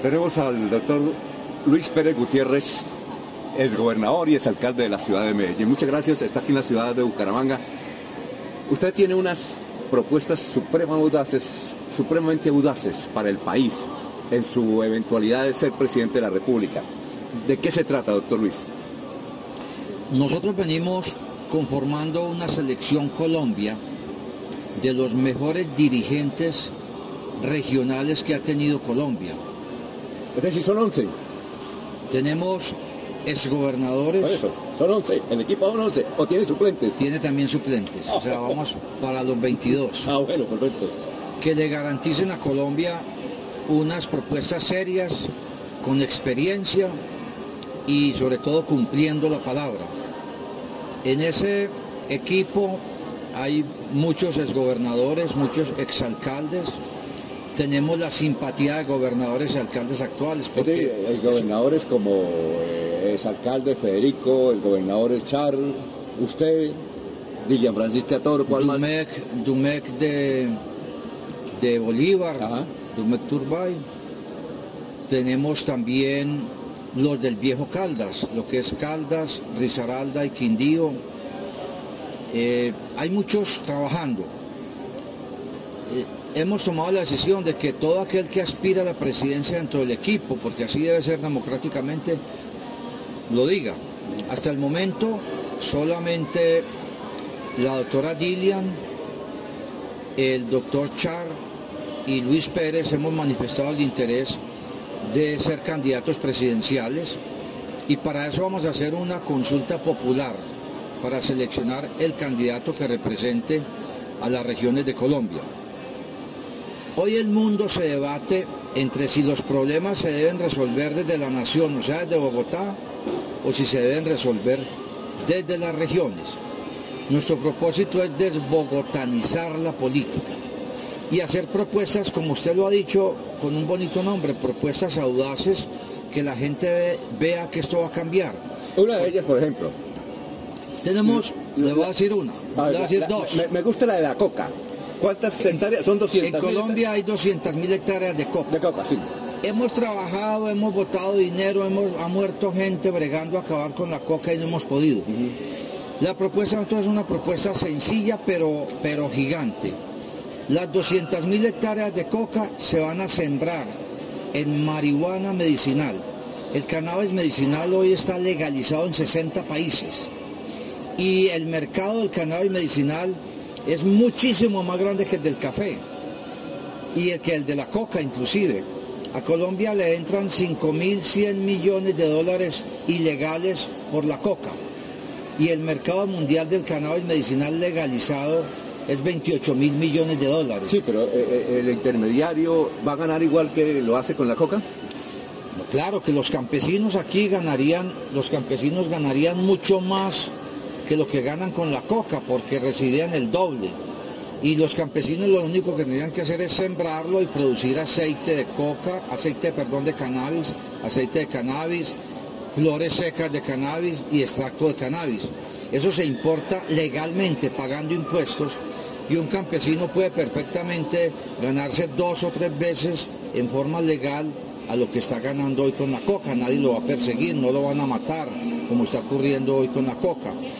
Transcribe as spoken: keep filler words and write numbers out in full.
Tenemos al doctor Luis Pérez Gutiérrez, es gobernador y es alcalde de la ciudad de Medellín. Muchas gracias, está aquí en la ciudad de Bucaramanga. Usted tiene unas propuestas supremamente audaces, supremamente audaces para el país en su eventualidad de ser presidente de la República. ¿De qué se trata, doctor Luis? Nosotros venimos conformando una selección Colombia de los mejores dirigentes regionales que ha tenido Colombia. Es decir, son once. Tenemos exgobernadores. Por eso, son once. El equipo son once. ¿O tiene suplentes? Tiene también suplentes. O sea, vamos para los veintidós. Ah, bueno, perfecto. Que le garanticen a Colombia unas propuestas serias, con experiencia y sobre todo cumpliendo la palabra. En ese equipo hay muchos exgobernadores, muchos exalcaldes. Tenemos la simpatía de gobernadores y alcaldes actuales. Porque el gobernador es como eh, exalcalde Federico, el gobernador es Charles, usted, Dilian Francisca Toro, ¿cuál más? Dumec, Dumec de, de Bolívar, Ajá. Dumec Turbay. Tenemos también los del viejo Caldas, lo que es Caldas, Risaralda y Quindío. Eh, hay muchos trabajando. Eh, hemos tomado la decisión de que todo aquel que aspira a la presidencia dentro del equipo, porque así debe ser democráticamente, lo diga. Hasta el momento solamente la doctora Dilian, el doctor Char y Luis Pérez hemos manifestado el interés de ser candidatos presidenciales, y para eso vamos a hacer una consulta popular para seleccionar el candidato que represente a las regiones de Colombia. Hoy el mundo se debate entre si los problemas se deben resolver desde la nación, o sea, desde Bogotá, o si se deben resolver desde las regiones. Nuestro propósito es desbogotanizar la política y hacer propuestas, como usted lo ha dicho, con un bonito nombre, propuestas audaces, que la gente ve, vea que esto va a cambiar. Una de ellas, por ejemplo. Tenemos, le voy a decir una, le voy a decir la, dos. Me, me gusta la de la coca. ¿Cuántas hectáreas? Son doscientas. En Colombia hay doscientas mil hectáreas de coca. De coca, sí. Hemos trabajado, hemos botado dinero, hemos, ha muerto gente bregando a acabar con la coca y no hemos podido. Uh-huh. La propuesta entonces es una propuesta sencilla pero, pero gigante. Las doscientas mil hectáreas de coca se van a sembrar en marihuana medicinal. El cannabis medicinal hoy está legalizado en sesenta países. Y el mercado del cannabis medicinal es muchísimo más grande que el del café y el que el de la coca inclusive. A Colombia le entran cinco mil cien millones de dólares ilegales por la coca, y el mercado mundial del cannabis medicinal legalizado es veintiocho mil millones de dólares. Sí, pero eh, el intermediario va a ganar igual que lo hace con la coca. Claro que los campesinos aquí ganarían, los campesinos ganarían mucho más que lo que ganan con la coca, porque recibirían el doble. Y los campesinos lo único que tendrían que hacer es sembrarlo y producir aceite de coca, aceite, perdón, de cannabis, aceite de cannabis, flores secas de cannabis y extracto de cannabis. Eso se importa legalmente, pagando impuestos, y un campesino puede perfectamente ganarse dos o tres veces en forma legal a lo que está ganando hoy con la coca. Nadie lo va a perseguir, no lo van a matar, como está ocurriendo hoy con la coca.